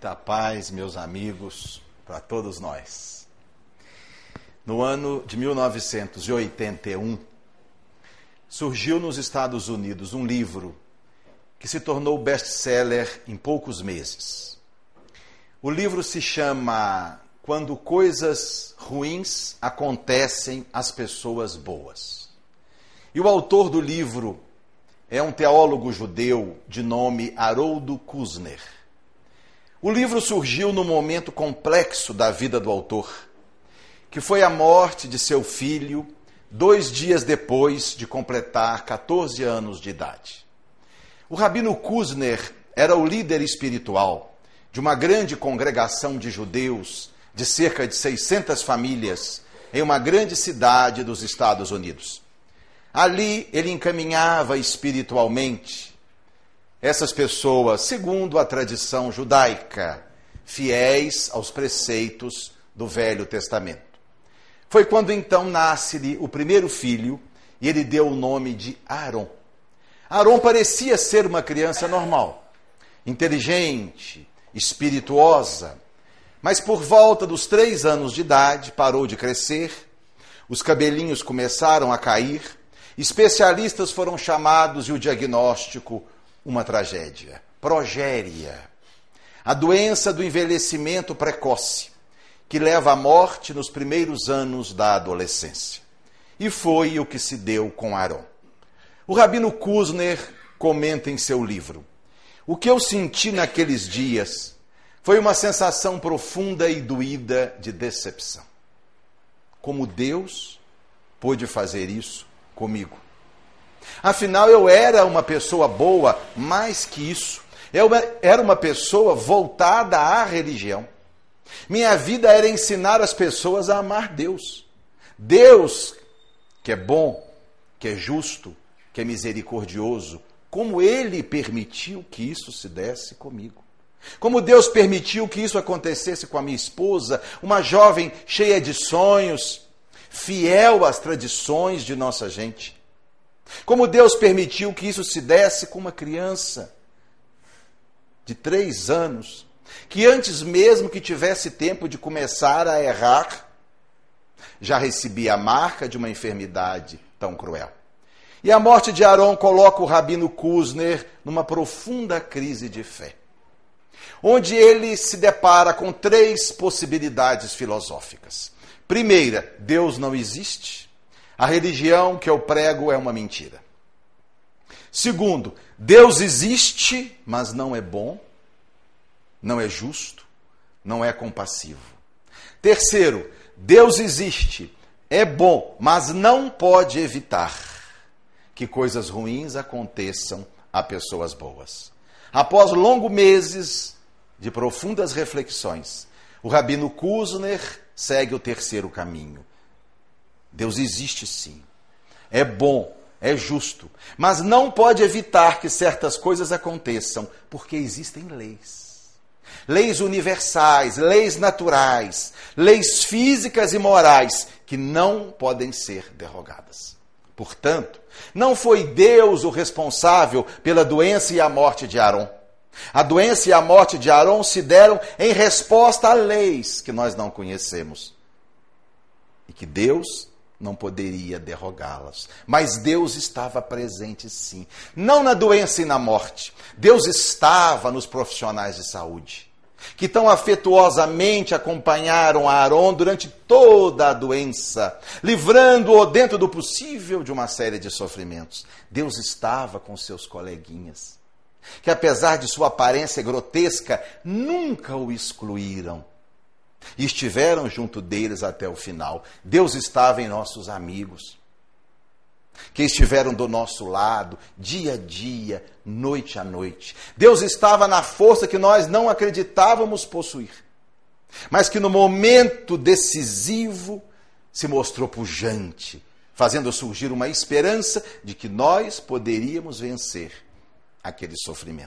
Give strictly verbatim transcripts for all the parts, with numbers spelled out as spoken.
Muita paz, meus amigos, para todos nós. No ano de mil novecentos e oitenta e um, surgiu nos Estados Unidos um livro que se tornou best-seller em poucos meses. O livro se chama Quando Coisas Ruins Acontecem às Pessoas Boas. E o autor do livro é um teólogo judeu de nome Haroldo Kushner. O livro surgiu num momento complexo da vida do autor, que foi a morte de seu filho dois dias depois de completar catorze anos de idade. O rabino Kushner era o líder espiritual de uma grande congregação de judeus de cerca de seiscentas famílias em uma grande cidade dos Estados Unidos. Ali ele encaminhava espiritualmente essas pessoas, segundo a tradição judaica, fiéis aos preceitos do Velho Testamento. Foi quando então nasce-lhe o primeiro filho e ele deu o nome de Aaron. Aaron parecia ser uma criança normal, inteligente, espirituosa, mas por volta dos três anos de idade parou de crescer, os cabelinhos começaram a cair, especialistas foram chamados e o diagnóstico uma tragédia, progéria, a doença do envelhecimento precoce, que leva à morte nos primeiros anos da adolescência. E foi o que se deu com Aaron. O rabino Kushner comenta em seu livro: o que eu senti naqueles dias foi uma sensação profunda e doída de decepção. Como Deus pôde fazer isso comigo? Afinal, eu era uma pessoa boa, mais que isso. Eu era uma pessoa voltada à religião. Minha vida era ensinar as pessoas a amar Deus. Deus, que é bom, que é justo, que é misericordioso, como Ele permitiu que isso se desse comigo. Como Deus permitiu que isso acontecesse com a minha esposa, uma jovem cheia de sonhos, fiel às tradições de nossa gente. Como Deus permitiu que isso se desse com uma criança de três anos, que antes mesmo que tivesse tempo de começar a errar, já recebia a marca de uma enfermidade tão cruel. E a morte de Aaron coloca o rabino Kushner numa profunda crise de fé, onde ele se depara com três possibilidades filosóficas. Primeira, Deus não existe. A religião que eu prego é uma mentira. Segundo, Deus existe, mas não é bom, não é justo, não é compassivo. Terceiro, Deus existe, é bom, mas não pode evitar que coisas ruins aconteçam a pessoas boas. Após longos meses de profundas reflexões, o rabino Kushner segue o terceiro caminho. Deus existe sim, é bom, é justo, mas não pode evitar que certas coisas aconteçam, porque existem leis. Leis universais, leis naturais, leis físicas e morais, que não podem ser derrogadas. Portanto, não foi Deus o responsável pela doença e a morte de Aaron. A doença e a morte de Aaron se deram em resposta a leis que nós não conhecemos. E que Deus não poderia derrogá-las. Mas Deus estava presente sim. Não na doença e na morte. Deus estava nos profissionais de saúde, que tão afetuosamente acompanharam Aaron durante toda a doença, livrando-o dentro do possível de uma série de sofrimentos. Deus estava com seus coleguinhas, que apesar de sua aparência grotesca, nunca o excluíram. E estiveram junto deles até o final. Deus estava em nossos amigos, que estiveram do nosso lado, dia a dia, noite a noite. Deus estava na força que nós não acreditávamos possuir, mas que no momento decisivo se mostrou pujante, fazendo surgir uma esperança de que nós poderíamos vencer aquele sofrimento.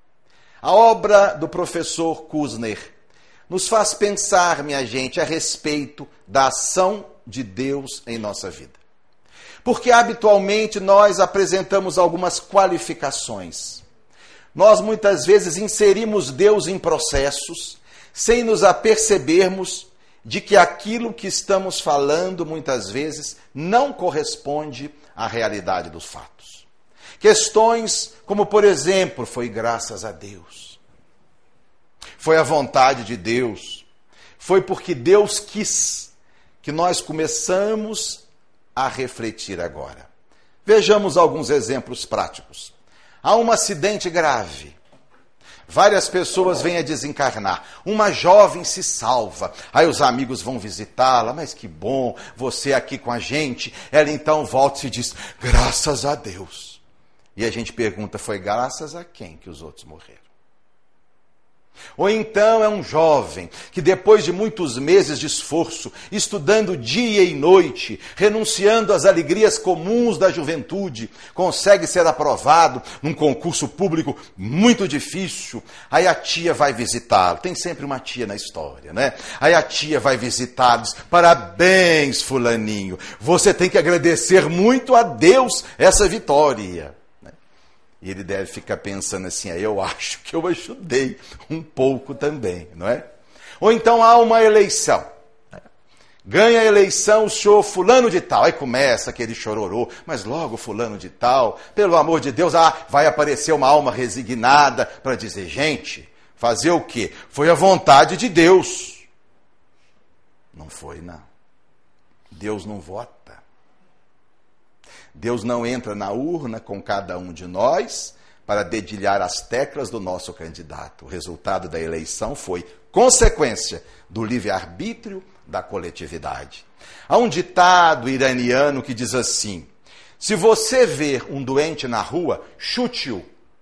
A obra do professor Kushner nos faz pensar, minha gente, a respeito da ação de Deus em nossa vida. Porque habitualmente nós apresentamos algumas qualificações. nós muitas vezes inserimos Deus em processos sem nos apercebermos de que aquilo que estamos falando muitas vezes não corresponde à realidade dos fatos. Questões como, por exemplo, foi graças a Deus, foi a vontade de Deus, foi porque Deus quis, que nós começamos a refletir agora. Vejamos alguns exemplos práticos. Há um acidente grave. Várias pessoas vêm a desencarnar. Uma jovem se salva. Aí os amigos vão visitá-la. Mas que bom, você aqui com a gente. Ela então volta e se diz, graças a Deus. E a gente pergunta, foi graças a quem que os outros morreram? Ou então é um jovem que depois de muitos meses de esforço, estudando dia e noite, renunciando às alegrias comuns da juventude, consegue ser aprovado num concurso público muito difícil. Aí a tia vai visitá-lo. Tem sempre uma tia na história, né? Aí a tia vai visitá-lo, diz, parabéns, fulaninho, você tem que agradecer muito a Deus essa vitória. E ele deve ficar pensando assim, ah, eu acho que eu ajudei um pouco também, não é? Ou então há uma eleição. Ganha a eleição o senhor fulano de tal. Aí começa aquele chororô, mas logo fulano de tal, pelo amor de Deus, ah, vai aparecer uma alma resignada para dizer, gente, fazer o quê? Foi a vontade de Deus. Não foi, não. Deus não vota. Deus não entra na urna com cada um de nós para dedilhar as teclas do nosso candidato. O resultado da eleição foi consequência do livre-arbítrio da coletividade. Há um ditado iraniano que diz assim, se você ver um doente na rua, chute-o.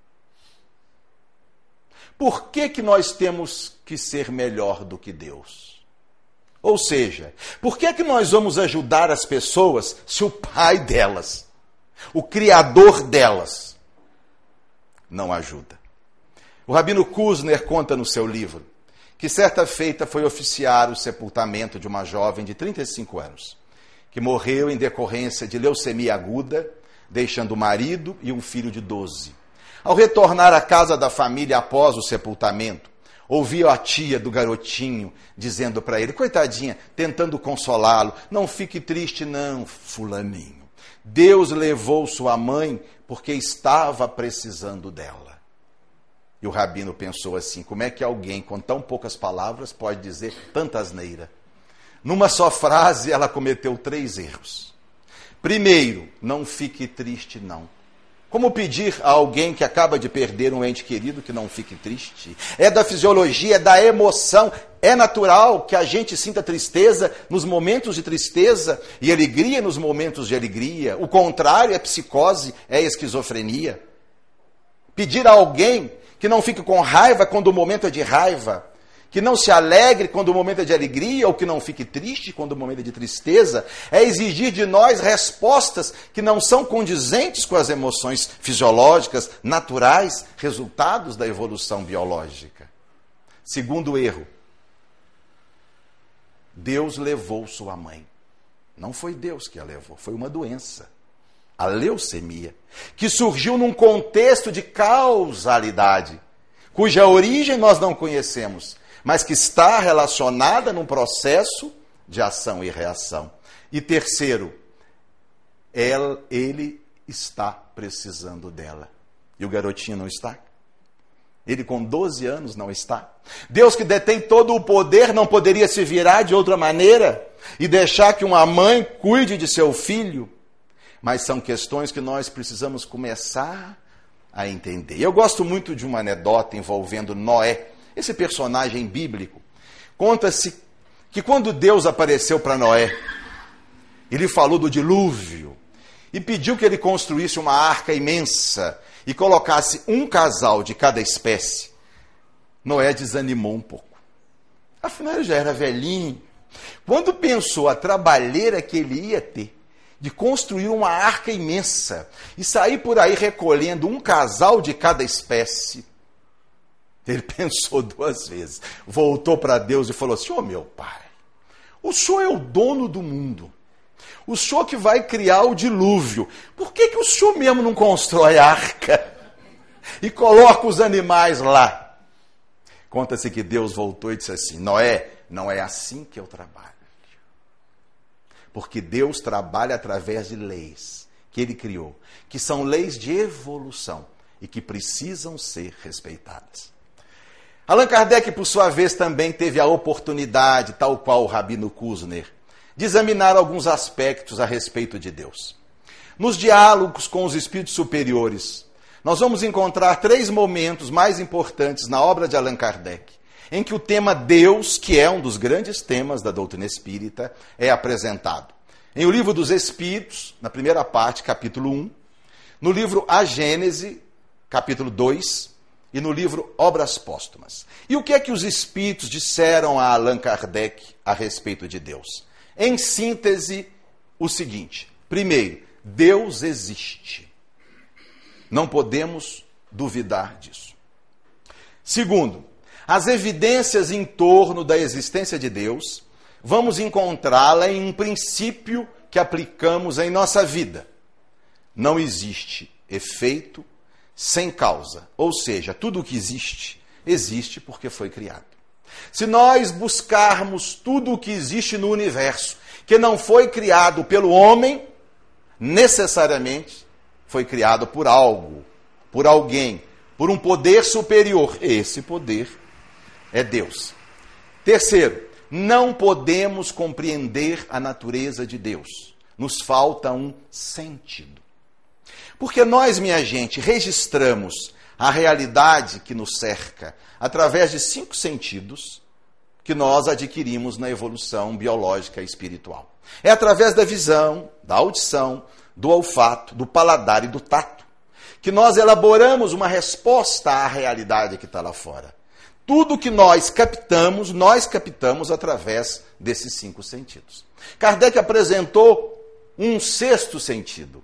Por que que nós temos que ser melhor do que Deus? Ou seja, por que que nós vamos ajudar as pessoas se o pai delas, o criador delas, não ajuda? O Rabino Kuzner conta no seu livro que certa feita foi oficiar o sepultamento de uma jovem de trinta e cinco anos, que morreu em decorrência de leucemia aguda, deixando o marido e um filho de doze. Ao retornar à casa da família após o sepultamento, ouviu a tia do garotinho dizendo para ele, coitadinha, tentando consolá-lo, não fique triste não, fulaninho. Deus levou sua mãe porque estava precisando dela. E o rabino pensou assim, como é que alguém com tão poucas palavras pode dizer tanta asneira? Numa só frase ela cometeu três erros. Primeiro, não fique triste não. Como pedir a alguém que acaba de perder um ente querido que não fique triste? É da fisiologia, é da emoção. É natural que a gente sinta tristeza nos momentos de tristeza e alegria nos momentos de alegria. O contrário é psicose, é esquizofrenia. Pedir a alguém que não fique com raiva quando o momento é de raiva, que não se alegre quando o momento é de alegria, ou que não fique triste quando o momento é de tristeza, é exigir de nós respostas que não são condizentes com as emoções fisiológicas, naturais, resultados da evolução biológica. Segundo erro, Deus levou sua mãe. Não foi Deus que a levou, foi uma doença, a leucemia, que surgiu num contexto de causalidade, cuja origem nós não conhecemos, mas que está relacionada num processo de ação e reação. E terceiro, ela, ele está precisando dela. E o garotinho não está? Ele com doze anos não está? Deus que detém todo o poder não poderia se virar de outra maneira e deixar que uma mãe cuide de seu filho? Mas são questões que nós precisamos começar a entender. Eu gosto muito de uma anedota envolvendo Noé. Esse personagem bíblico, conta-se que quando Deus apareceu para Noé, ele falou do dilúvio e pediu que ele construísse uma arca imensa e colocasse um casal de cada espécie. Noé desanimou um pouco. Afinal, ele já era velhinho. Quando pensou a trabalheira que ele ia ter de construir uma arca imensa e sair por aí recolhendo um casal de cada espécie, ele pensou duas vezes, voltou para Deus e falou assim, ô meu pai, o senhor é o dono do mundo, o senhor que vai criar o dilúvio, por que que o senhor mesmo não constrói a arca? e coloca os animais lá. Conta-se que Deus voltou e disse assim: Noé, não é assim que eu trabalho. Porque Deus trabalha através de leis que Ele criou, que são leis de evolução e que precisam ser respeitadas. Allan Kardec, por sua vez, também teve a oportunidade, tal qual o Rabino Kuzner, de examinar alguns aspectos a respeito de Deus. Nos diálogos com os espíritos superiores, nós vamos encontrar três momentos mais importantes na obra de Allan Kardec, em que o tema Deus, que é um dos grandes temas da doutrina espírita, é apresentado. Em O Livro dos Espíritos, na primeira parte, capítulo um, no livro A Gênese, capítulo dois, e no livro Obras Póstumas. E o que é que os espíritos disseram a Allan Kardec a respeito de Deus? Em síntese, o seguinte: primeiro, Deus existe. Não podemos duvidar disso. Segundo, as evidências em torno da existência de Deus, vamos encontrá-la em um princípio que aplicamos em nossa vida. Não existe efeito sem causa, ou seja, tudo o que existe, existe porque foi criado. Se nós buscarmos tudo o que existe no universo, que não foi criado pelo homem, necessariamente foi criado por algo, por alguém, por um poder superior. Esse poder é Deus. Terceiro, não podemos compreender a natureza de Deus. Nos falta um sentido. Porque nós, minha gente, registramos a realidade que nos cerca através de cinco sentidos que nós adquirimos na evolução biológica e espiritual. É através da visão, da audição, do olfato, do paladar e do tato que nós elaboramos uma resposta à realidade que está lá fora. Tudo que nós captamos, nós captamos através desses cinco sentidos. Kardec apresentou um sexto sentido,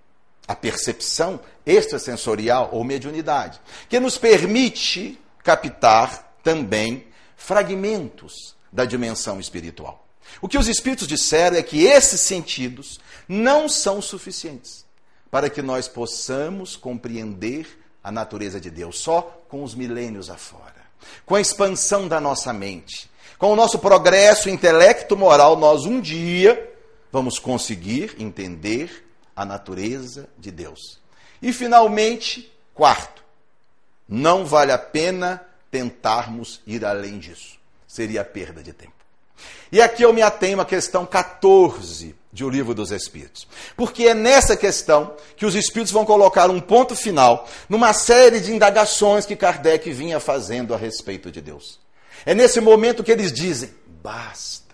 a percepção extrasensorial ou mediunidade, que nos permite captar também fragmentos da dimensão espiritual. O que os espíritos disseram é que esses sentidos não são suficientes para que nós possamos compreender a natureza de Deus só com os milênios afora. Com a expansão da nossa mente, com o nosso progresso intelecto-moral, nós um dia vamos conseguir entender a natureza de Deus. E, finalmente, quarto, não vale a pena tentarmos ir além disso. Seria perda de tempo. E aqui eu me atenho à questão quatorze de O Livro dos Espíritos. Porque é nessa questão que os Espíritos vão colocar um ponto final numa série de indagações que Kardec vinha fazendo a respeito de Deus. É nesse momento que eles dizem: basta.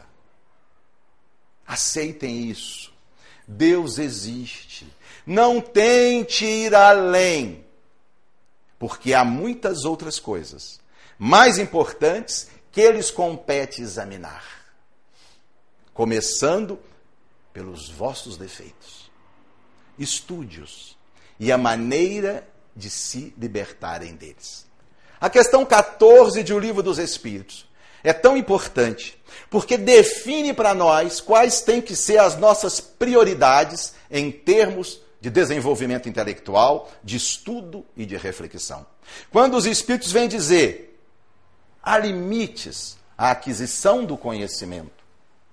Aceitem isso. Deus existe. Não tente ir além. Porque há muitas outras coisas mais importantes que eles compete examinar. Começando pelos vossos defeitos. Estude-os e a maneira de se libertarem deles. A questão quatorze de O Livro dos Espíritos é tão importante porque define para nós quais têm que ser as nossas prioridades em termos de desenvolvimento intelectual, de estudo e de reflexão. Quando os Espíritos vêm dizer: há limites à aquisição do conhecimento,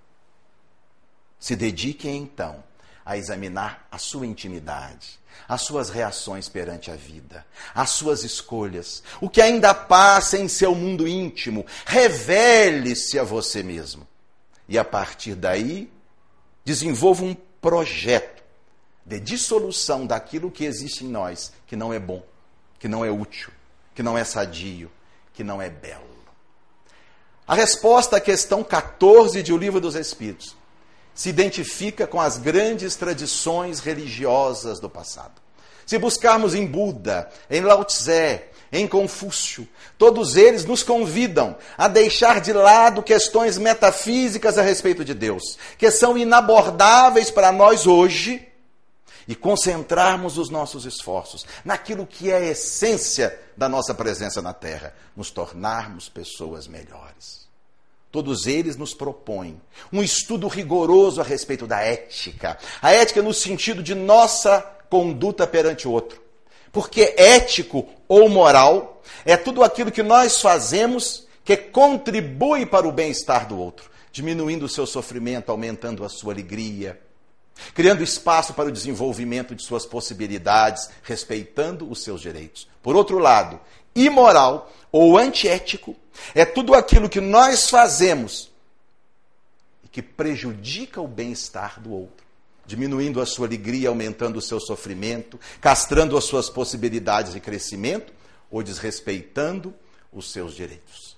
se dediquem, então, a examinar a sua intimidade, as suas reações perante a vida, as suas escolhas, o que ainda passa em seu mundo íntimo. Revele-se a você mesmo. E, a partir daí, desenvolva um projeto de dissolução daquilo que existe em nós, que não é bom, que não é útil, que não é sadio, que não é belo. A resposta à questão quatorze de O Livro dos Espíritos se identifica com as grandes tradições religiosas do passado. Se buscarmos em Buda, em Lao Tse, em Confúcio, todos eles nos convidam a deixar de lado questões metafísicas a respeito de Deus, que são inabordáveis para nós hoje, e concentrarmos os nossos esforços naquilo que é a essência da nossa presença na Terra, nos tornarmos pessoas melhores. Todos eles nos propõem um estudo rigoroso a respeito da ética. A ética no sentido de nossa conduta perante o outro. Porque ético ou moral é tudo aquilo que nós fazemos que contribui para o bem-estar do outro, diminuindo o seu sofrimento, aumentando a sua alegria, criando espaço para o desenvolvimento de suas possibilidades, respeitando os seus direitos. Por outro lado, imoral ou antiético é tudo aquilo que nós fazemos e que prejudica o bem-estar do outro, diminuindo a sua alegria, aumentando o seu sofrimento, castrando as suas possibilidades de crescimento ou desrespeitando os seus direitos.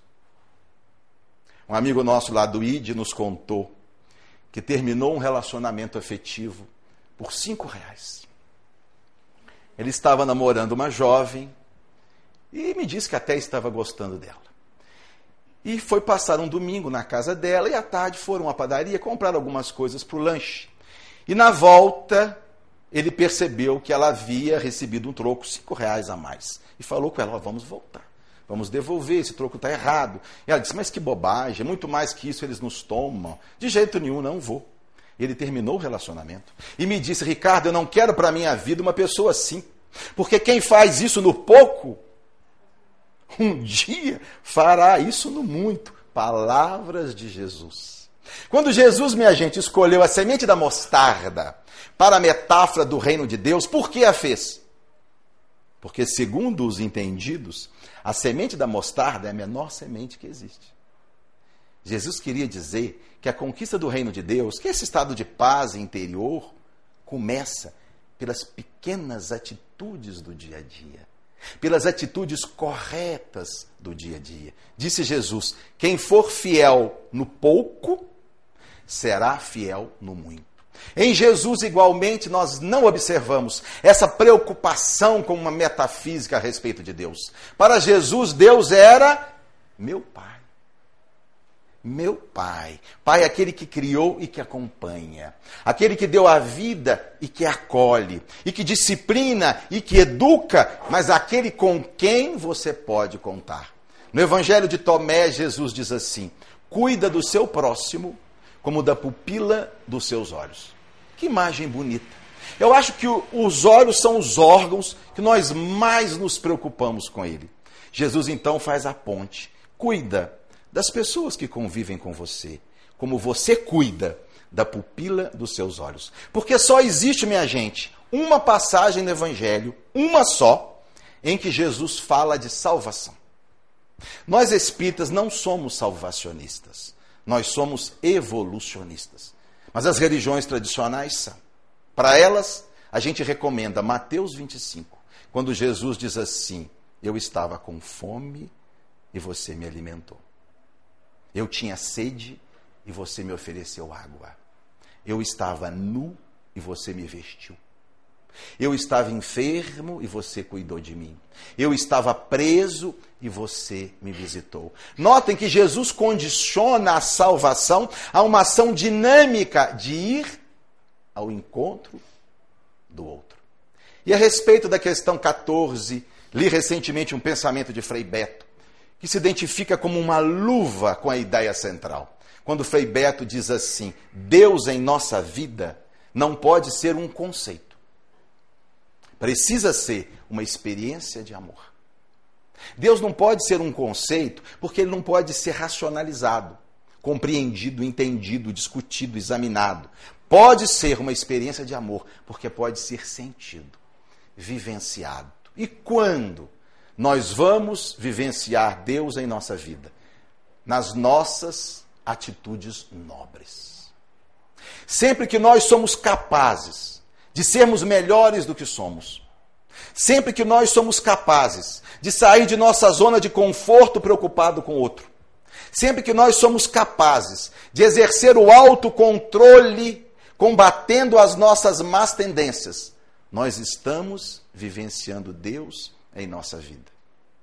Um amigo nosso lá do I D nos contou que terminou um relacionamento afetivo por cinco reais. Ele estava namorando uma jovem e me disse que até estava gostando dela. E foi passar um domingo na casa dela e à tarde foram à padaria comprar algumas coisas para o lanche. E na volta ele percebeu que ela havia recebido um troco, cinco reais a mais. E falou com ela, oh, vamos voltar. Vamos devolver, esse troco está errado. E ela disse, mas que bobagem, muito mais que isso eles nos tomam. De jeito nenhum, não vou. Ele terminou o relacionamento. E me disse, Ricardo, eu não quero para a minha vida uma pessoa assim. Porque quem faz isso no pouco, um dia fará isso no muito. Palavras de Jesus. Quando Jesus, minha gente, escolheu a semente da mostarda para a metáfora do reino de Deus, por que a fez? Porque, segundo os entendidos, a semente da mostarda é a menor semente que existe. Jesus queria dizer que a conquista do reino de Deus, que esse estado de paz interior, começa pelas pequenas atitudes do dia a dia, pelas atitudes corretas do dia a dia. Disse Jesus, quem for fiel no pouco, será fiel no muito. Em Jesus, igualmente, nós não observamos essa preocupação com uma metafísica a respeito de Deus. Para Jesus, Deus era meu Pai. Meu Pai. Pai é aquele que criou e que acompanha. Aquele que deu a vida e que acolhe. E que disciplina e que educa, mas aquele com quem você pode contar. No Evangelho de Tomé, Jesus diz assim, cuida do seu próximo como da pupila dos seus olhos. Que imagem bonita. Eu acho que o, os olhos são os órgãos que nós mais nos preocupamos com ele. Jesus então faz a ponte. Cuida das pessoas que convivem com você, como você cuida da pupila dos seus olhos. Porque só existe, minha gente, uma passagem no Evangelho, uma só, em que Jesus fala de salvação. Nós espíritas não somos salvacionistas. Nós somos evolucionistas. Mas as religiões tradicionais são. Para elas, a gente recomenda Mateus vinte e cinco, quando Jesus diz assim, eu estava com fome e você me alimentou. Eu tinha sede e você me ofereceu água. Eu estava nu e você me vestiu. Eu estava enfermo e você cuidou de mim. Eu estava preso e você me visitou. Notem que Jesus condiciona a salvação a uma ação dinâmica de ir ao encontro do outro. E a respeito da questão quatorze, li recentemente um pensamento de Frei Beto, que se identifica como uma luva com a ideia central. Quando Frei Beto diz assim, Deus em nossa vida não pode ser um conceito. Precisa ser uma experiência de amor. Deus não pode ser um conceito porque ele não pode ser racionalizado, compreendido, entendido, discutido, examinado. Pode ser uma experiência de amor porque pode ser sentido, vivenciado. E quando nós vamos vivenciar Deus em nossa vida? Nas nossas atitudes nobres. Sempre que nós somos capazes de sermos melhores do que somos. Sempre que nós somos capazes de sair de nossa zona de conforto preocupado com o outro. Sempre que nós somos capazes de exercer o autocontrole combatendo as nossas más tendências, nós estamos vivenciando Deus em nossa vida.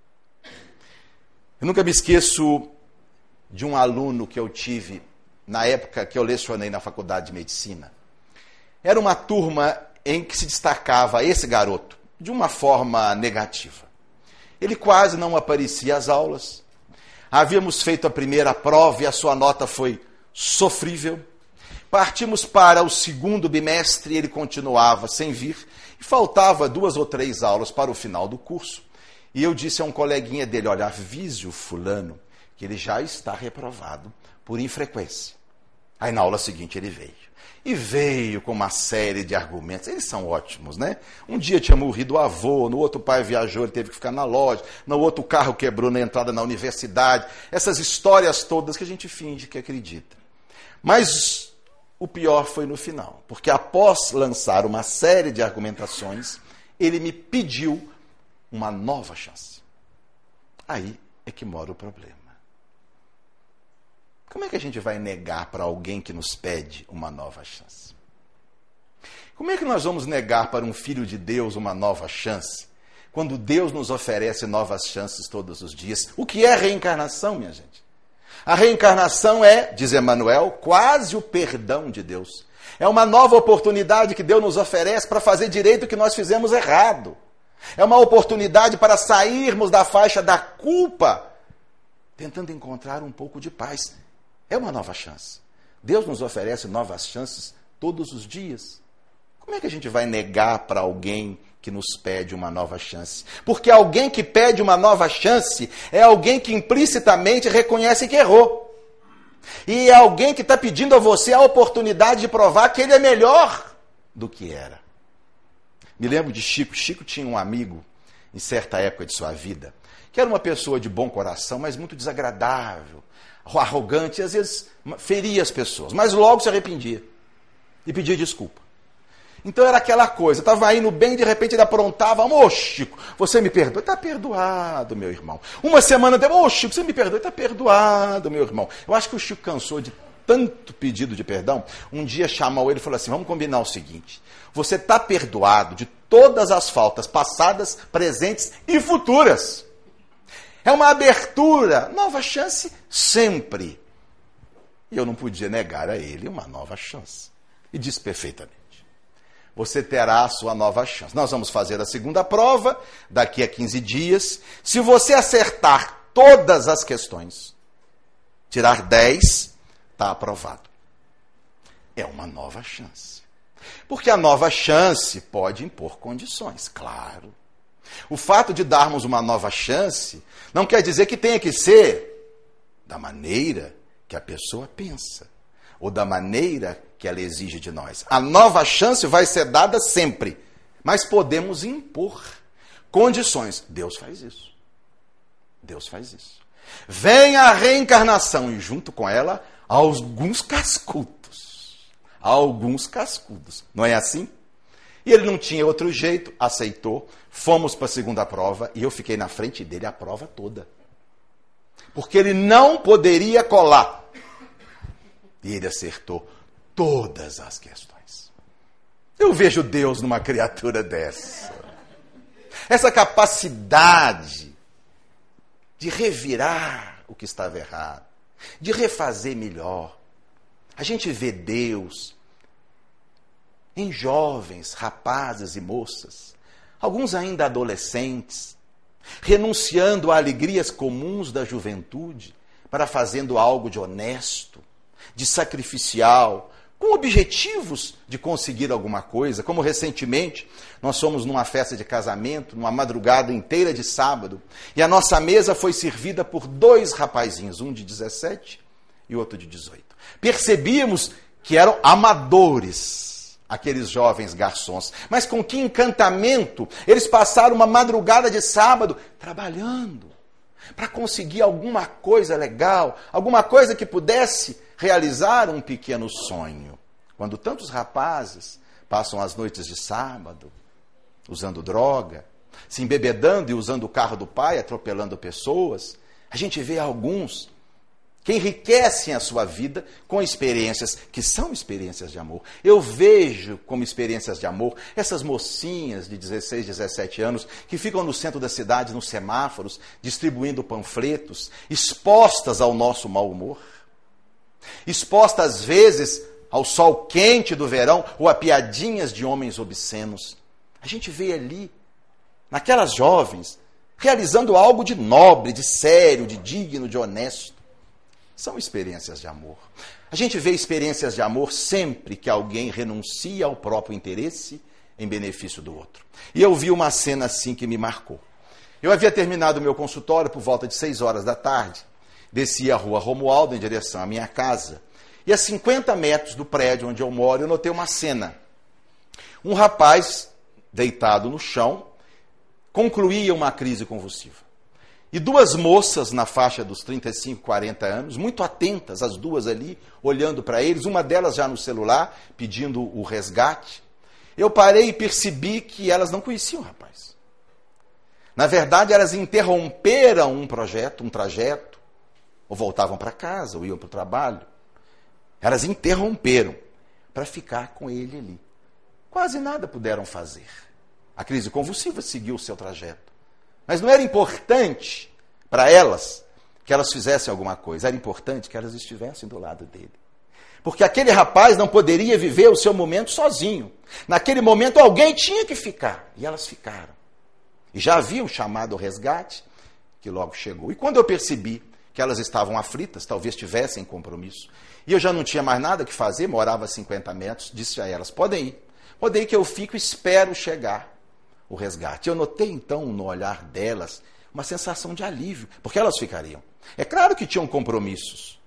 Eu nunca me esqueço de um aluno que eu tive na época que eu lecionei na Faculdade de Medicina. Era uma turma em que se destacava esse garoto de uma forma negativa. Ele quase não aparecia às aulas. Havíamos feito a primeira prova e a sua nota foi sofrível. Partimos para o segundo bimestre e ele continuava sem vir. E faltava duas ou três aulas para o final do curso. E eu disse a um coleguinha dele, olha, avise o fulano que ele já está reprovado por infrequência. Aí na aula seguinte ele veio. E veio com uma série de argumentos. Eles são ótimos, né? Um dia tinha morrido o avô, no outro o pai viajou, ele teve que ficar na loja, no outro o carro quebrou na entrada na universidade. Essas histórias todas que a gente finge que acredita. Mas o pior foi no final, porque após lançar uma série de argumentações, ele me pediu uma nova chance. Aí é que mora o problema. Como é que a gente vai negar para alguém que nos pede uma nova chance? Como é que nós vamos negar para um filho de Deus uma nova chance, quando Deus nos oferece novas chances todos os dias? O que é reencarnação, minha gente? A reencarnação é, diz Emmanuel, quase o perdão de Deus. É uma nova oportunidade que Deus nos oferece para fazer direito o que nós fizemos errado. É uma oportunidade para sairmos da faixa da culpa, tentando encontrar um pouco de paz. É uma nova chance. Deus nos oferece novas chances todos os dias. Como é que a gente vai negar para alguém que nos pede uma nova chance? Porque alguém que pede uma nova chance é alguém que implicitamente reconhece que errou. E é alguém que está pedindo a você a oportunidade de provar que ele é melhor do que era. Me lembro de Chico. Chico tinha um amigo, em certa época de sua vida, que era uma pessoa de bom coração, mas muito desagradável, arrogante, e às vezes feria as pessoas, mas logo se arrependia e pedia desculpa. Então era aquela coisa, estava indo bem, de repente ele aprontava, ô Chico, você me perdoa? Está perdoado, meu irmão. Uma semana depois, ô Chico, você me perdoa? Está perdoado, meu irmão. Eu acho que o Chico cansou de tanto pedido de perdão. Um dia chamou ele e falou assim, vamos combinar o seguinte, você está perdoado de todas as faltas passadas, presentes e futuras. É uma abertura, nova chance sempre. E eu não podia negar a ele uma nova chance. E disse perfeitamente. Você terá a sua nova chance. Nós vamos fazer a segunda prova daqui a quinze dias. Se você acertar todas as questões, tirar dez, está aprovado. É uma nova chance. Porque a nova chance pode impor condições, claro. O fato de darmos uma nova chance não quer dizer que tenha que ser da maneira que a pessoa pensa, ou da maneira que ela exige de nós. A nova chance vai ser dada sempre, mas podemos impor condições. Deus faz isso. Deus faz isso. Vem a reencarnação e junto com ela, alguns cascudos. Alguns cascudos. Não é assim? E ele não tinha outro jeito, aceitou. Fomos para a segunda prova e eu fiquei na frente dele a prova toda. Porque ele não poderia colar. E ele acertou todas as questões. Eu vejo Deus numa criatura dessa. Essa capacidade de revirar o que estava errado, de refazer melhor. A gente vê Deus em jovens, rapazes e moças, alguns ainda adolescentes, renunciando a alegrias comuns da juventude para fazendo algo de honesto, de sacrificial, com objetivos de conseguir alguma coisa. Como recentemente, nós fomos numa festa de casamento, numa madrugada inteira de sábado, e a nossa mesa foi servida por dois rapazinhos, um de dezessete e outro de dezoito. Percebíamos que eram amadores, aqueles jovens garçons, mas com que encantamento eles passaram uma madrugada de sábado trabalhando para conseguir alguma coisa legal, alguma coisa que pudesse realizar um pequeno sonho. Quando tantos rapazes passam as noites de sábado usando droga, se embebedando e usando o carro do pai, atropelando pessoas, a gente vê alguns que enriquecem a sua vida com experiências que são experiências de amor. Eu vejo como experiências de amor essas mocinhas de dezesseis, dezessete anos que ficam no centro da cidade, nos semáforos, distribuindo panfletos, expostas ao nosso mau humor, expostas às vezes ao sol quente do verão ou a piadinhas de homens obscenos. A gente vê ali, naquelas jovens, realizando algo de nobre, de sério, de digno, de honesto. são experiências de amor. A gente vê experiências de amor sempre que alguém renuncia ao próprio interesse em benefício do outro. E eu vi uma cena assim que me marcou. Eu havia terminado o meu consultório por volta de seis horas da tarde, desci a rua Romualdo em direção à minha casa, e a cinquenta metros do prédio onde eu moro, eu notei uma cena. Um rapaz, deitado no chão, concluía uma crise convulsiva. E duas moças na faixa dos trinta e cinco, quarenta anos, muito atentas, as duas ali, olhando para eles, uma delas já no celular, pedindo o resgate. Eu parei e percebi que elas não conheciam o rapaz. Na verdade, elas interromperam um projeto, um trajeto, ou voltavam para casa, ou iam para o trabalho. Elas interromperam para ficar com ele ali. Quase nada puderam fazer. A crise convulsiva seguiu o seu trajeto. Mas não era importante para elas que elas fizessem alguma coisa. Era importante que elas estivessem do lado dele. Porque aquele rapaz não poderia viver o seu momento sozinho. Naquele momento alguém tinha que ficar. E elas ficaram. E já haviam chamado o resgate, que logo chegou. E quando eu percebi que elas estavam aflitas, talvez tivessem compromisso, e eu já não tinha mais nada que fazer, morava a cinquenta metros, disse a elas, podem ir. Podem ir que eu fico e espero chegar o resgate. Eu notei então no olhar delas uma sensação de alívio, porque elas ficariam. É claro que tinham compromissos.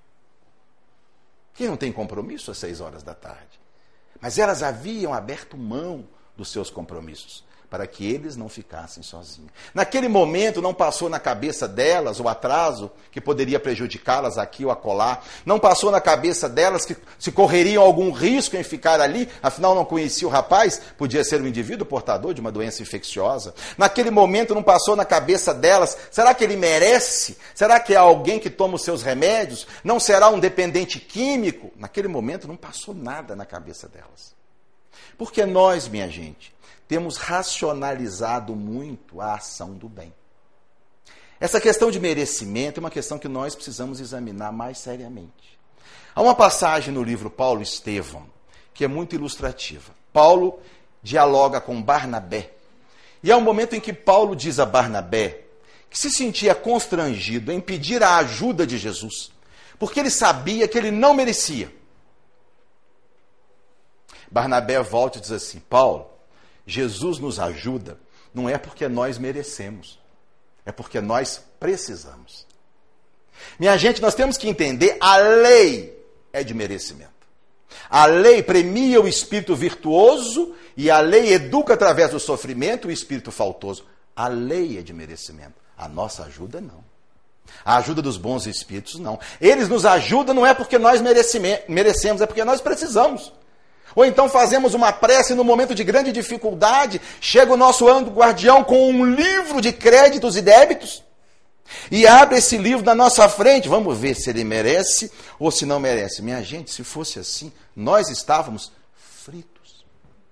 Quem não tem compromisso às seis horas da tarde? Mas elas haviam aberto mão dos seus compromissos, para que eles não ficassem sozinhos. Naquele momento não passou na cabeça delas o atraso que poderia prejudicá-las aqui ou acolá. Não passou na cabeça delas que se correriam algum risco em ficar ali, afinal não conhecia o rapaz, podia ser um indivíduo portador de uma doença infecciosa. Naquele momento não passou na cabeça delas, será que ele merece? Será que é alguém que toma os seus remédios? Não será um dependente químico? Naquele momento não passou nada na cabeça delas. Porque nós, minha gente, temos racionalizado muito a ação do bem. Essa questão de merecimento é uma questão que nós precisamos examinar mais seriamente. Há uma passagem no livro Paulo Estevão que é muito ilustrativa. Paulo dialoga com Barnabé. E há um momento em que Paulo diz a Barnabé que se sentia constrangido em pedir a ajuda de Jesus, porque ele sabia que ele não merecia. Barnabé volta e diz assim, Paulo, Jesus nos ajuda, não é porque nós merecemos, é porque nós precisamos. Minha gente, nós temos que entender, a lei é de merecimento. A lei premia o espírito virtuoso e a lei educa através do sofrimento o espírito faltoso. A lei é de merecimento, a nossa ajuda não. A ajuda dos bons espíritos não. Eles nos ajudam não é porque nós merecemos, é porque nós precisamos. Ou então fazemos uma prece no momento de grande dificuldade, chega o nosso anjo guardião com um livro de créditos e débitos e abre esse livro na nossa frente. Vamos ver se ele merece ou se não merece. Minha gente, se fosse assim, nós estávamos fritos.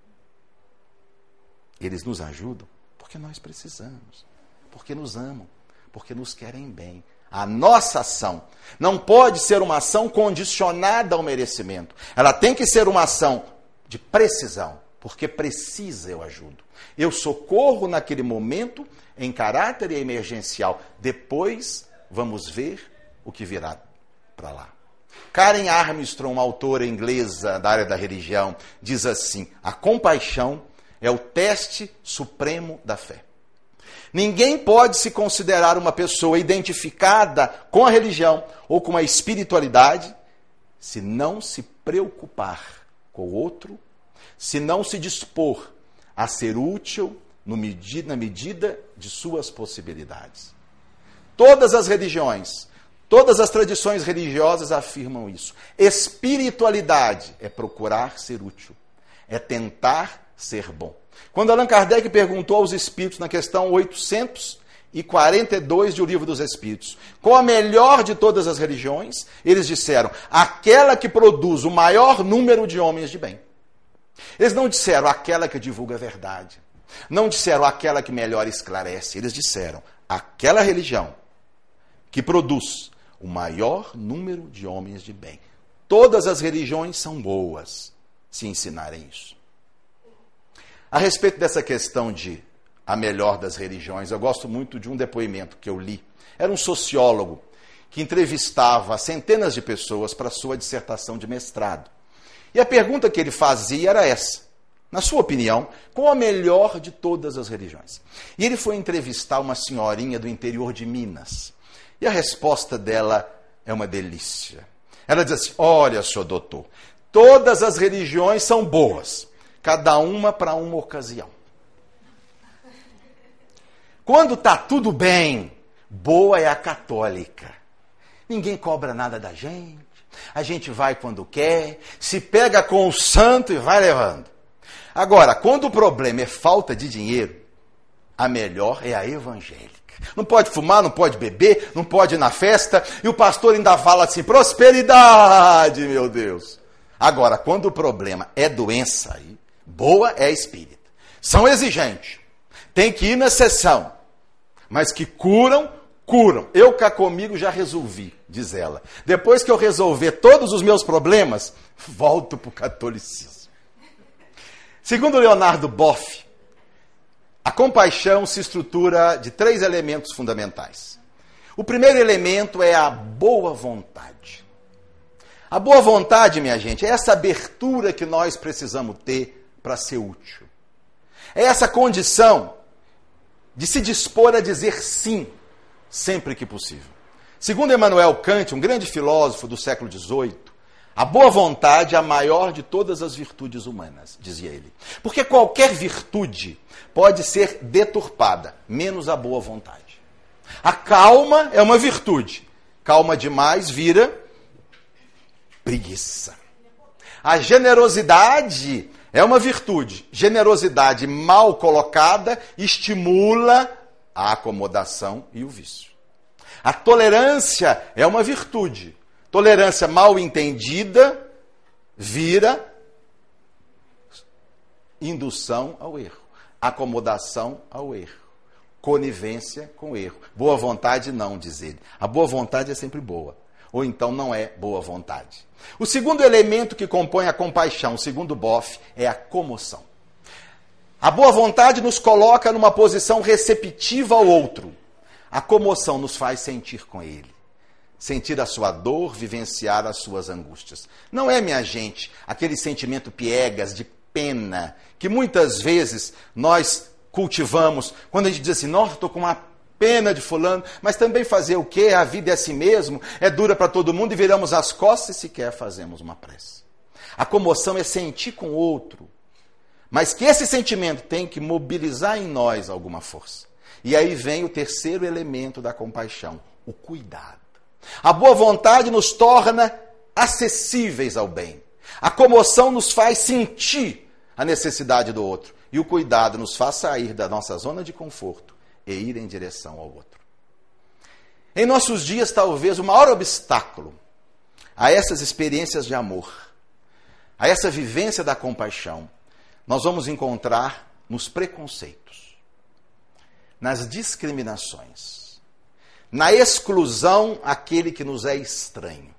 Eles nos ajudam porque nós precisamos, porque nos amam, porque nos querem bem. A nossa ação não pode ser uma ação condicionada ao merecimento. Ela tem que ser uma ação de precisão, porque precisa eu ajudo. Eu socorro naquele momento em caráter emergencial. Depois vamos ver o que virá para lá. Karen Armstrong, uma autora inglesa da área da religião, diz assim, a compaixão é o teste supremo da fé. Ninguém pode se considerar uma pessoa identificada com a religião ou com a espiritualidade se não se preocupar com o outro, se não se dispor a ser útil no medida, na medida de suas possibilidades. Todas as religiões, todas as tradições religiosas afirmam isso. Espiritualidade é procurar ser útil, é tentar ser bom. Quando Allan Kardec perguntou aos espíritos na questão oitocentos e quarenta e dois de O Livro dos Espíritos, qual a melhor de todas as religiões, eles disseram, aquela que produz o maior número de homens de bem. Eles não disseram aquela que divulga a verdade, não disseram aquela que melhor esclarece, eles disseram aquela religião que produz o maior número de homens de bem. Todas as religiões são boas se ensinarem isso. A respeito dessa questão de a melhor das religiões, eu gosto muito de um depoimento que eu li. Era um sociólogo que entrevistava centenas de pessoas para sua dissertação de mestrado. E a pergunta que ele fazia era essa: na sua opinião, qual a melhor de todas as religiões? E ele foi entrevistar uma senhorinha do interior de Minas. E a resposta dela é uma delícia. Ela diz assim: olha, senhor doutor, todas as religiões são boas, cada uma para uma ocasião. Quando está tudo bem, boa é a católica. Ninguém cobra nada da gente, a gente vai quando quer, se pega com o santo e vai levando. Agora, quando o problema é falta de dinheiro, a melhor é a evangélica. Não pode fumar, não pode beber, não pode ir na festa, e o pastor ainda fala assim: prosperidade, meu Deus. Agora, quando o problema é doença, aí, boa é a espírita. São exigentes, tem que ir na sessão, mas que curam, curam. Eu cá comigo já resolvi, diz ela. Depois que eu resolver todos os meus problemas, volto para o catolicismo. Segundo Leonardo Boff, a compaixão se estrutura de três elementos fundamentais. O primeiro elemento é a boa vontade. A boa vontade, minha gente, é essa abertura que nós precisamos ter para ser útil. É essa condição de se dispor a dizer sim, sempre que possível. Segundo Immanuel Kant, um grande filósofo do século dezoito, a boa vontade é a maior de todas as virtudes humanas, dizia ele. Porque qualquer virtude pode ser deturpada, menos a boa vontade. A calma é uma virtude. Calma demais vira preguiça. A generosidade é uma virtude. Generosidade mal colocada estimula a acomodação e o vício. A tolerância é uma virtude. Tolerância mal entendida vira indução ao erro, acomodação ao erro, conivência com o erro. Boa vontade não, diz ele. A boa vontade é sempre boa, ou então não é boa vontade. O segundo elemento que compõe a compaixão, segundo Boff, é a comoção. A boa vontade nos coloca numa posição receptiva ao outro. A comoção nos faz sentir com ele. Sentir a sua dor, vivenciar as suas angústias. Não é, minha gente, aquele sentimento piegas, de pena, que muitas vezes nós cultivamos, quando a gente diz assim: nossa, estou com uma pena de fulano, mas também fazer o quê? A vida é assim mesmo, é dura para todo mundo, e viramos as costas e sequer fazemos uma prece. A comoção é sentir com o outro, mas que esse sentimento tem que mobilizar em nós alguma força. E aí vem o terceiro elemento da compaixão, o cuidado. A boa vontade nos torna acessíveis ao bem. A comoção nos faz sentir a necessidade do outro. E o cuidado nos faz sair da nossa zona de conforto e ir em direção ao outro. Em nossos dias, talvez o maior obstáculo a essas experiências de amor, a essa vivência da compaixão, nós vamos encontrar nos preconceitos, nas discriminações, na exclusão àquele que nos é estranho.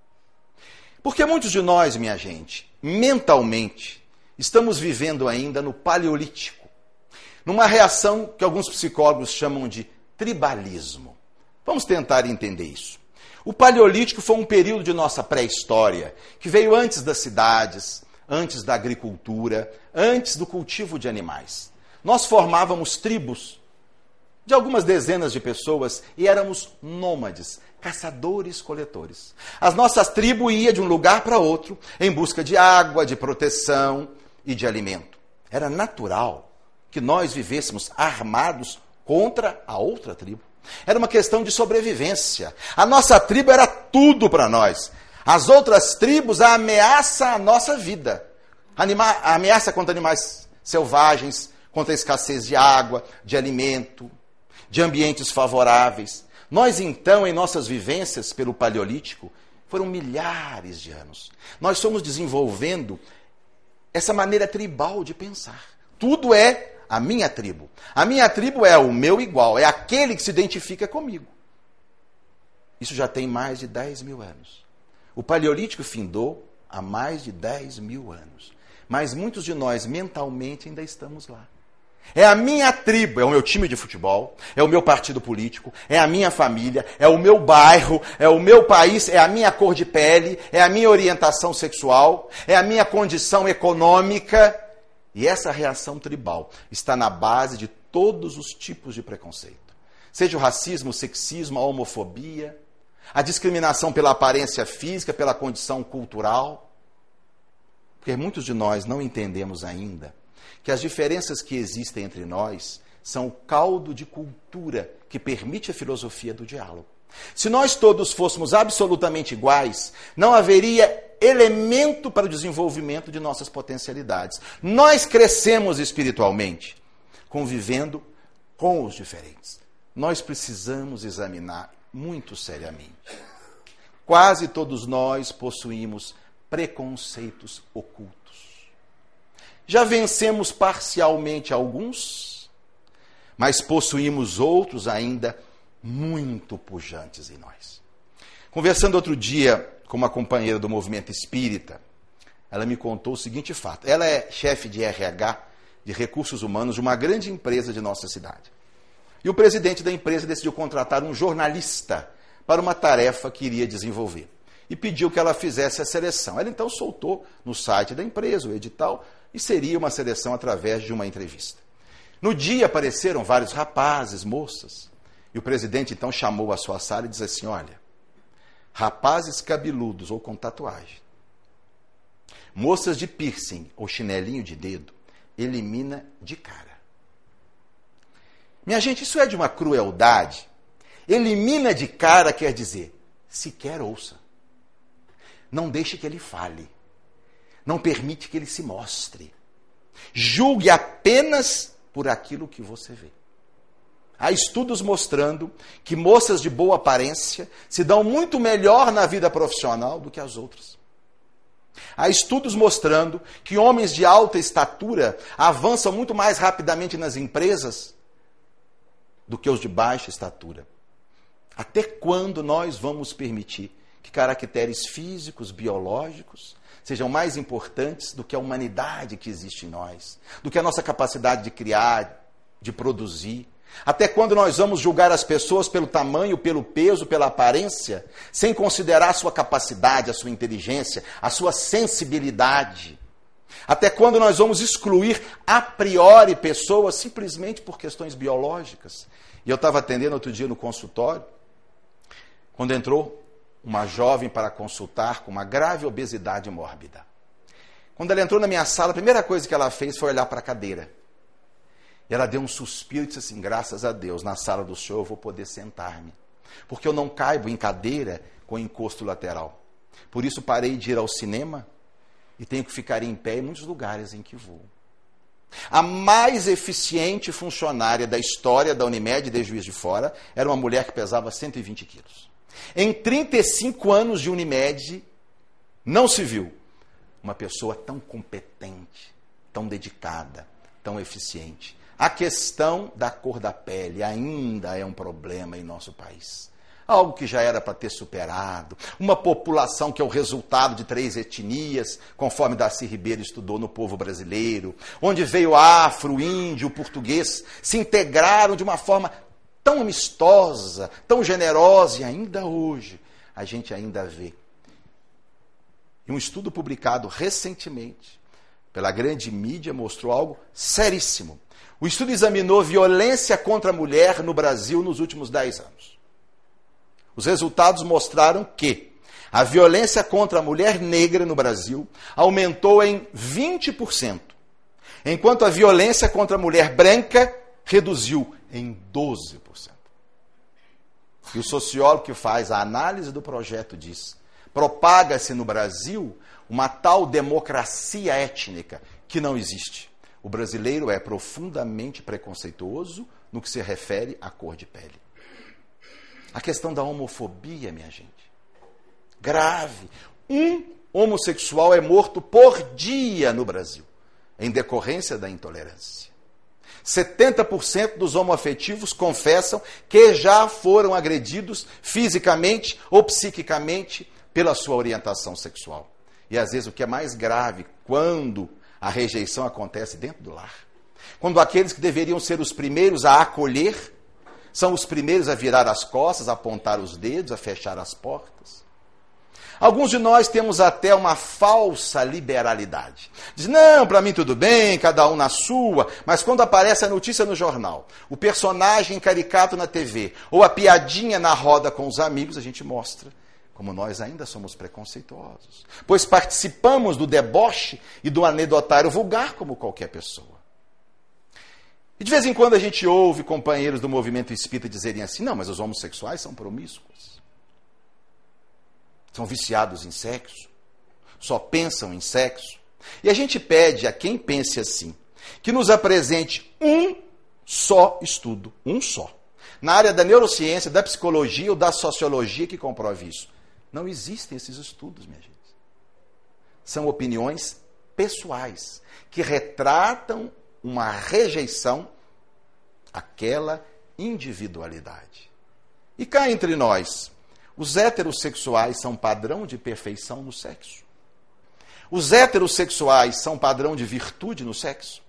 Porque muitos de nós, minha gente, mentalmente, estamos vivendo ainda no paleolítico, numa reação que alguns psicólogos chamam de tribalismo. Vamos tentar entender isso. O paleolítico foi um período de nossa pré-história, que veio antes das cidades, antes da agricultura, antes do cultivo de animais. Nós formávamos tribos de algumas dezenas de pessoas e éramos nômades, caçadores-coletores. As nossas tribos iam de um lugar para outro em busca de água, de proteção e de alimento. Era natural que nós vivêssemos armados contra a outra tribo. Era uma questão de sobrevivência. A nossa tribo era tudo para nós. As outras tribos, a ameaça à nossa vida. Anima- a ameaça contra animais selvagens, contra a escassez de água, de alimento, de ambientes favoráveis. Nós, então, em nossas vivências pelo Paleolítico, foram milhares de anos. Nós fomos desenvolvendo essa maneira tribal de pensar. Tudo é a minha tribo. A minha tribo é o meu igual, é aquele que se identifica comigo. Isso já tem mais de dez mil anos. O Paleolítico findou há mais de dez mil anos. Mas muitos de nós, mentalmente, ainda estamos lá. É a minha tribo, é o meu time de futebol, é o meu partido político, é a minha família, é o meu bairro, é o meu país, é a minha cor de pele, é a minha orientação sexual, é a minha condição econômica. E essa reação tribal está na base de todos os tipos de preconceito. Seja o racismo, o sexismo, a homofobia, a discriminação pela aparência física, pela condição cultural. Porque muitos de nós não entendemos ainda que as diferenças que existem entre nós são o caldo de cultura que permite a filosofia do diálogo. Se nós todos fôssemos absolutamente iguais, não haveria elemento para o desenvolvimento de nossas potencialidades. Nós crescemos espiritualmente, convivendo com os diferentes. Nós precisamos examinar muito seriamente. Quase todos nós possuímos preconceitos ocultos. Já vencemos parcialmente alguns, mas possuímos outros ainda muito pujantes em nós. Conversando outro dia com uma companheira do movimento espírita, ela me contou o seguinte fato. Ela é chefe de R H, de recursos humanos, de uma grande empresa de nossa cidade. E o presidente da empresa decidiu contratar um jornalista para uma tarefa que iria desenvolver. E pediu que ela fizesse a seleção. Ela então soltou no site da empresa o edital e seria uma seleção através de uma entrevista. No dia apareceram vários rapazes, moças. E o presidente então chamou a sua sala e disse assim, olha, rapazes cabeludos ou com tatuagem, moças de piercing ou chinelinho de dedo, elimina de cara. Minha gente, isso é de uma crueldade. Elimina de cara quer dizer, sequer ouça. Não deixe que ele fale. Não permite que ele se mostre. Julgue apenas por aquilo que você vê. Há estudos mostrando que moças de boa aparência se dão muito melhor na vida profissional do que as outras. Há estudos mostrando que homens de alta estatura avançam muito mais rapidamente nas empresas do que os de baixa estatura. Até quando nós vamos permitir que caracteres físicos, biológicos, sejam mais importantes do que a humanidade que existe em nós, do que a nossa capacidade de criar, de produzir? Até quando nós vamos julgar as pessoas pelo tamanho, pelo peso, pela aparência, sem considerar a sua capacidade, a sua inteligência, a sua sensibilidade? Até quando nós vamos excluir a priori pessoas simplesmente por questões biológicas? E eu estava atendendo outro dia no consultório, quando entrou uma jovem para consultar com uma grave obesidade mórbida. Quando ela entrou na minha sala, a primeira coisa que ela fez foi olhar para a cadeira. E ela deu um suspiro e disse assim, graças a Deus, na sala do senhor eu vou poder sentar-me. Porque eu não caibo em cadeira com encosto lateral. Por isso parei de ir ao cinema e tenho que ficar em pé em muitos lugares em que vou. A mais eficiente funcionária da história da Unimed de Juiz de Fora era uma mulher que pesava cento e vinte quilos. Em trinta e cinco anos de Unimed, não se viu uma pessoa tão competente, tão dedicada, tão eficiente. A questão da cor da pele ainda é um problema em nosso país. Algo que já era para ter superado. Uma população que é o resultado de três etnias, conforme Darcy Ribeiro estudou no povo brasileiro, onde veio afro, índio, português, se integraram de uma forma tão amistosa, tão generosa, e ainda hoje a gente ainda vê. E um estudo publicado recentemente pela grande mídia mostrou algo seríssimo. O estudo examinou violência contra a mulher no Brasil nos últimos dez anos. Os resultados mostraram que a violência contra a mulher negra no Brasil aumentou em vinte por cento, enquanto a violência contra a mulher branca reduziu em doze por cento. E o sociólogo que faz a análise do projeto diz, propaga-se no Brasil uma tal democracia étnica que não existe. O brasileiro é profundamente preconceituoso no que se refere à cor de pele. A questão da homofobia, minha gente, grave. Um homossexual é morto por dia no Brasil, em decorrência da intolerância. setenta por cento dos homoafetivos confessam que já foram agredidos fisicamente ou psiquicamente pela sua orientação sexual. E às vezes o que é mais grave, quando a rejeição acontece dentro do lar. Quando aqueles que deveriam ser os primeiros a acolher são os primeiros a virar as costas, a apontar os dedos, a fechar as portas. Alguns de nós temos até uma falsa liberalidade. Diz, não, para mim tudo bem, cada um na sua, mas quando aparece a notícia no jornal, o personagem caricato na T V, ou a piadinha na roda com os amigos, a gente mostra como nós ainda somos preconceituosos. Pois participamos do deboche e do anedotário vulgar como qualquer pessoa. E de vez em quando a gente ouve companheiros do movimento espírita dizerem assim, não, mas os homossexuais são promíscuos. São viciados em sexo, só pensam em sexo. E a gente pede a quem pense assim, que nos apresente um só estudo, um só, na área da neurociência, da psicologia ou da sociologia que comprove isso. Não existem esses estudos, minha gente. São opiniões pessoais, que retratam uma rejeição àquela individualidade. E cá entre nós, os heterossexuais são padrão de perfeição no sexo? Os heterossexuais são padrão de virtude no sexo?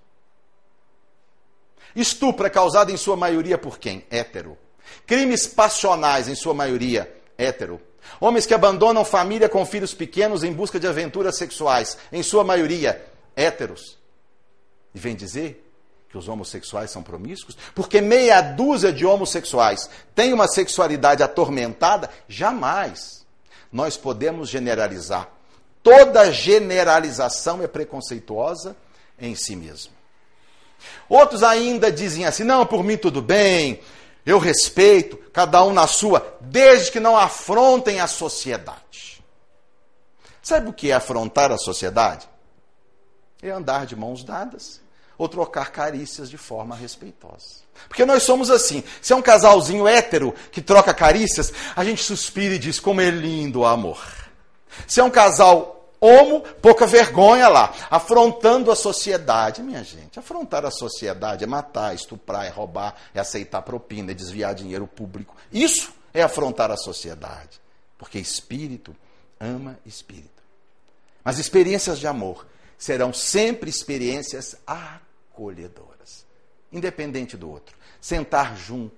Estupro é causado em sua maioria por quem? Hétero. Crimes passionais, em sua maioria, hétero. Homens que abandonam família com filhos pequenos em busca de aventuras sexuais, em sua maioria, héteros. E vem dizer que os homossexuais são promíscuos? Porque meia dúzia de homossexuais tem uma sexualidade atormentada? Jamais. Nós podemos generalizar. Toda generalização é preconceituosa em si mesma. Outros ainda dizem assim, não, por mim tudo bem, eu respeito, cada um na sua, desde que não afrontem a sociedade. Sabe o que é afrontar a sociedade? É andar de mãos dadas ou trocar carícias de forma respeitosa. Porque nós somos assim. Se é um casalzinho hétero que troca carícias, a gente suspira e diz, como é lindo o amor. Se é um casal homo, pouca vergonha lá, afrontando a sociedade. Minha gente, afrontar a sociedade é matar, estuprar, é roubar, é aceitar propina, é desviar dinheiro público. Isso é afrontar a sociedade. Porque espírito ama espírito. Mas experiências de amor serão sempre experiências acolhedoras, independente do outro. Sentar junto,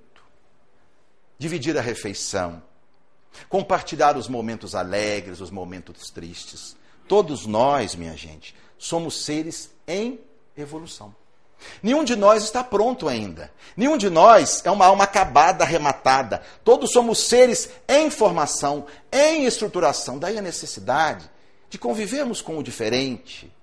dividir a refeição, compartilhar os momentos alegres, os momentos tristes. Todos nós, minha gente, somos seres em evolução. Nenhum de nós está pronto ainda. Nenhum de nós é uma alma acabada, arrematada. Todos somos seres em formação, em estruturação. Daí a necessidade de convivermos com o diferente.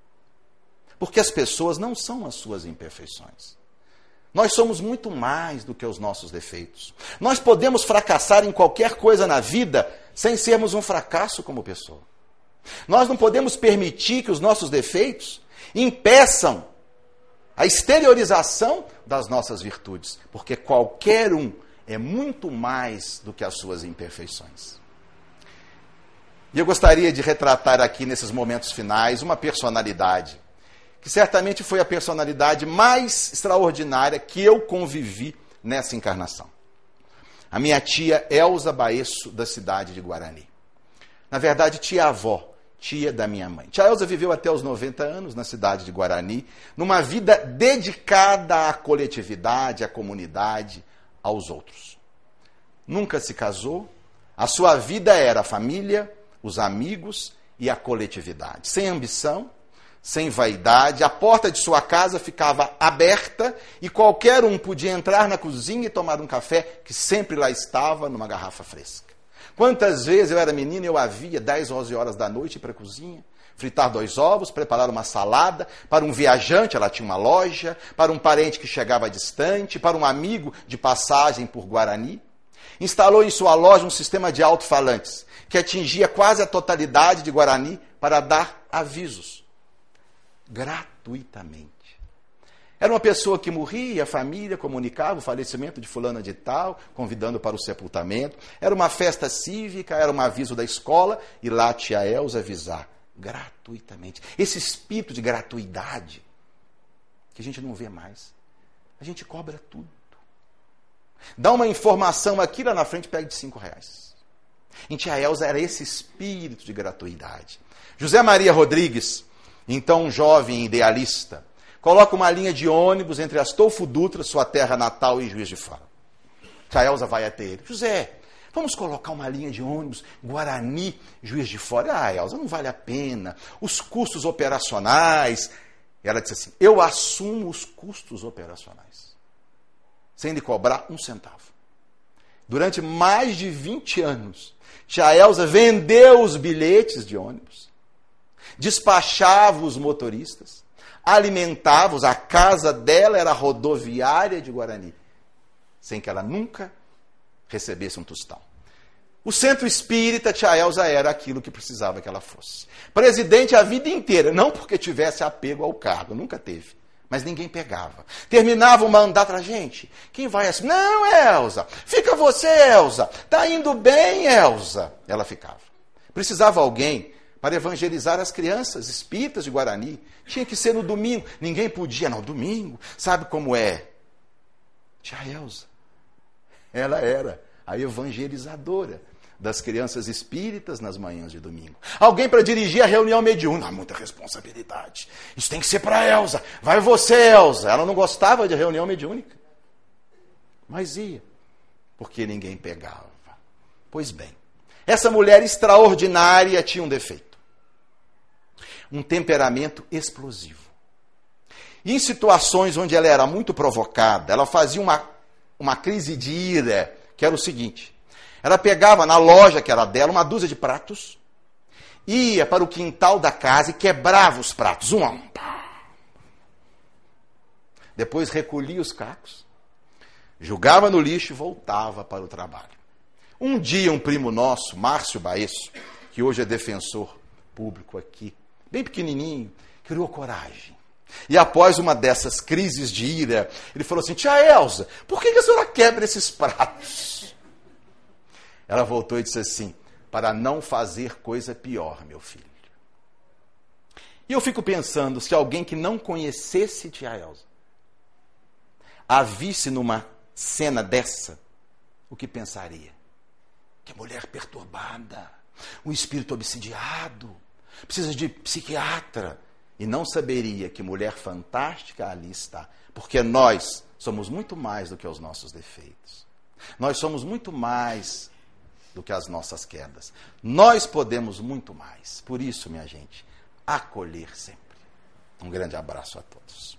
Porque as pessoas não são as suas imperfeições. Nós somos muito mais do que os nossos defeitos. Nós podemos fracassar em qualquer coisa na vida sem sermos um fracasso como pessoa. Nós não podemos permitir que os nossos defeitos impeçam a exteriorização das nossas virtudes, porque qualquer um é muito mais do que as suas imperfeições. E eu gostaria de retratar aqui, nesses momentos finais, uma personalidade que certamente foi a personalidade mais extraordinária que eu convivi nessa encarnação. A minha tia Elza Baesso, da cidade de Guarani. Na verdade, tia-avó, tia da minha mãe. Tia Elza viveu até os noventa anos na cidade de Guarani, numa vida dedicada à coletividade, à comunidade, aos outros. Nunca se casou, a sua vida era a família, os amigos e a coletividade. Sem ambição, sem vaidade, a porta de sua casa ficava aberta e qualquer um podia entrar na cozinha e tomar um café que sempre lá estava numa garrafa fresca. Quantas vezes eu era menino e eu havia dez, onze horas da noite para a cozinha, fritar dois ovos, preparar uma salada, para um viajante, ela tinha uma loja, para um parente que chegava distante, para um amigo de passagem por Guarani. Instalou em sua loja um sistema de alto-falantes que atingia quase a totalidade de Guarani para dar avisos. Gratuitamente. Era uma pessoa que morria, a família comunicava o falecimento de fulana de tal, convidando para o sepultamento. Era uma festa cívica, era um aviso da escola, e lá a tia Elza avisar, gratuitamente. Esse espírito de gratuidade, que a gente não vê mais. A gente cobra tudo. Dá uma informação aqui, lá na frente, pega de cinco reais. Em tia Elza era esse espírito de gratuidade. José Maria Rodrigues, então um jovem idealista, coloca uma linha de ônibus entre Astolfo Dutra, sua terra natal, e Juiz de Fora. Tia Elza vai até ele. José, vamos colocar uma linha de ônibus Guarani, Juiz de Fora. Ah, Elza, não vale a pena. Os custos operacionais. E ela disse assim, eu assumo os custos operacionais. Sem lhe cobrar um centavo. Durante mais de vinte anos, tia Elza vendeu os bilhetes de ônibus, despachava os motoristas, alimentava-os. A casa dela era a rodoviária de Guarani, sem que ela nunca recebesse um tostão. O centro espírita, tia Elza era aquilo que precisava que ela fosse. Presidente a vida inteira, não porque tivesse apego ao cargo, nunca teve. Mas ninguém pegava. Terminava o mandato, a gente, quem vai assim? Não, Elza, fica você, Elza. Tá indo bem, Elza. Ela ficava. Precisava alguém para evangelizar as crianças espíritas de Guarani. Tinha que ser no domingo. Ninguém podia, não, domingo. Sabe como é? Tia Elza. Ela era a evangelizadora das crianças espíritas nas manhãs de domingo. Alguém para dirigir a reunião mediúnica. Ah, muita responsabilidade. Isso tem que ser para a Elza. Vai você, Elza. Ela não gostava de reunião mediúnica. Mas ia. Porque ninguém pegava. Pois bem, essa mulher extraordinária tinha um defeito. Um temperamento explosivo. E em situações onde ela era muito provocada, ela fazia uma, uma crise de ira, que era o seguinte. Ela pegava na loja que era dela uma dúzia de pratos, ia para o quintal da casa e quebrava os pratos, um a um. Depois recolhia os cacos, jogava no lixo e voltava para o trabalho. Um dia um primo nosso, Márcio Baesso, que hoje é defensor público aqui, bem pequenininho, criou coragem. E após uma dessas crises de ira, ele falou assim, tia Elza, por que a senhora quebra esses pratos? Ela voltou e disse assim, para não fazer coisa pior, meu filho. E eu fico pensando, se alguém que não conhecesse tia Elza a visse numa cena dessa, o que pensaria? Que mulher perturbada, um espírito obsidiado, precisa de psiquiatra. E não saberia que mulher fantástica ali está. Porque nós somos muito mais do que os nossos defeitos. Nós somos muito mais do que as nossas quedas. Nós podemos muito mais. Por isso, minha gente, acolher sempre. Um grande abraço a todos.